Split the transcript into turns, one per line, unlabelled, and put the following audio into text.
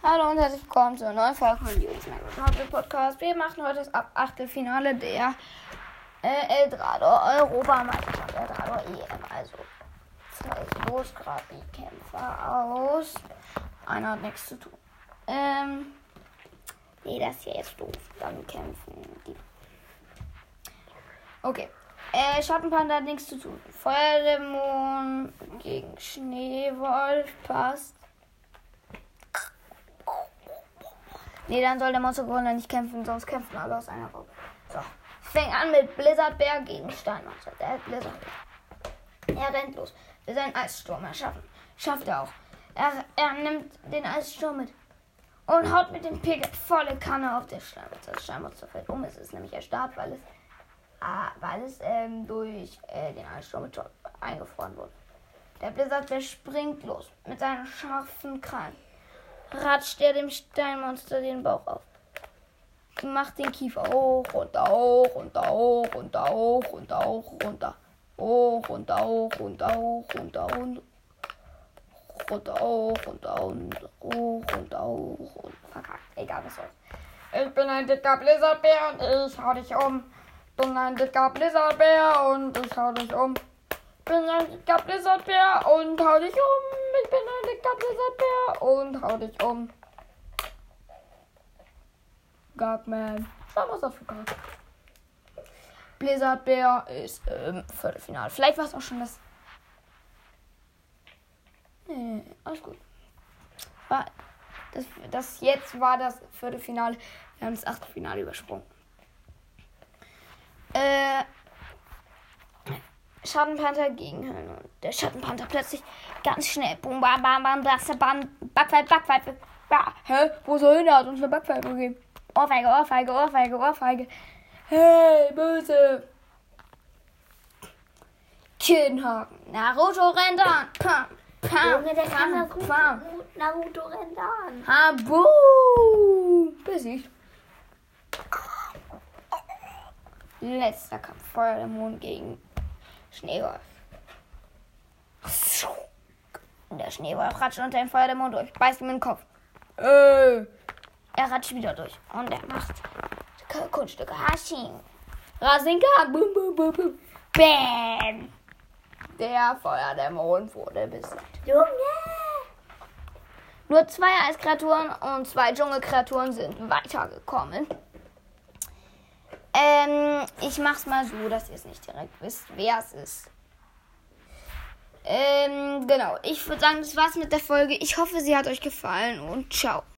Hallo und herzlich willkommen zu einer neuen Folge von Julius Podcast. Wir machen heute das Achtelfinale der Eldrador Europameisterschaft, Eldrador EM. Also, jetzt ist los, gerade die Kämpfer aus. Einer hat nichts zu tun. Nee, das ist ja jetzt doof. Dann kämpfen die. Okay. Schattenpanda hat nichts zu tun. Feuerdämon gegen Schneewolf passt. Nee, dann soll der Monstergorilla nicht kämpfen, sonst kämpfen alle aus einer Gruppe. So. Fängt an mit Blizzardbär gegen Steinmonster. Der hat Blizzardbär. Er rennt los. Will seinen Eissturm erschaffen. Schafft er auch. Er nimmt den Eissturm mit. Und haut mit dem Pickel volle Kanne auf das Steinmonster. Das Steinmonster fällt um. Es ist nämlich erstarrt, weil es durch den Eissturm mit eingefroren wurde. Der Blizzardbär springt los mit seinen scharfen Krallen. Ratscht er dem Steinmonster den Bauch auf. Macht den Kiefer hoch, runter, hoch, runter, hoch, runter, hoch, runter, hoch, runter. Hoch, runter, hoch, runter, hoch, runter, runter. Runter, hoch, runter, runter, hoch, runter, hoch, runter. Verkackt, egal was soll's. Ich bin ein dicker Blizzardbär und ich hau dich um. Ich bin ein dicker Blizzardbär und ich hau dich um. Ich bin ein dicker Blizzardbär und hau dich um. Ich bin ein dicker Blizzardbär und hau dich um. Gagman. Schau mal, was das für Gag. Blizzardbär ist im Viertelfinale. Vielleicht war es auch schon das. Nee, alles gut. Das jetzt war das Viertelfinale. Wir haben das Achtelfinale übersprungen. Schattenpanther gegen Höhlen. Und der Schattenpanther plötzlich ganz schnell. Boom, bam, bam, bam, Backpfeife. Ja, wo soll hin? Er hat uns eine Backpfeife gegeben. Ohrfeige. Hey, böse. Kinnhaken. Naruto rennt an. Pam,
Junge, der kann
pam.
Naruto rennt an.
Habu. Besiegt. Letzter Kampf. Feuerdämon gegen Schneewolf. Und der Schneewolf ratscht unter dem Feuerdämon durch. Beißt ihm in den Kopf. Er ratscht wieder durch. Und er macht Kunststücke. Hashing. Rasenka. Bum, bum, bum, bum. Bam. Der Feuerdämon wurde besiegt.
Junge!
Nur 2 Eiskreaturen und 2 Dschungelkreaturen sind weitergekommen. Ich mach's mal so, dass ihr es nicht direkt wisst, wer es ist. Genau. Ich würde sagen, das war's mit der Folge. Ich hoffe, sie hat euch gefallen und ciao.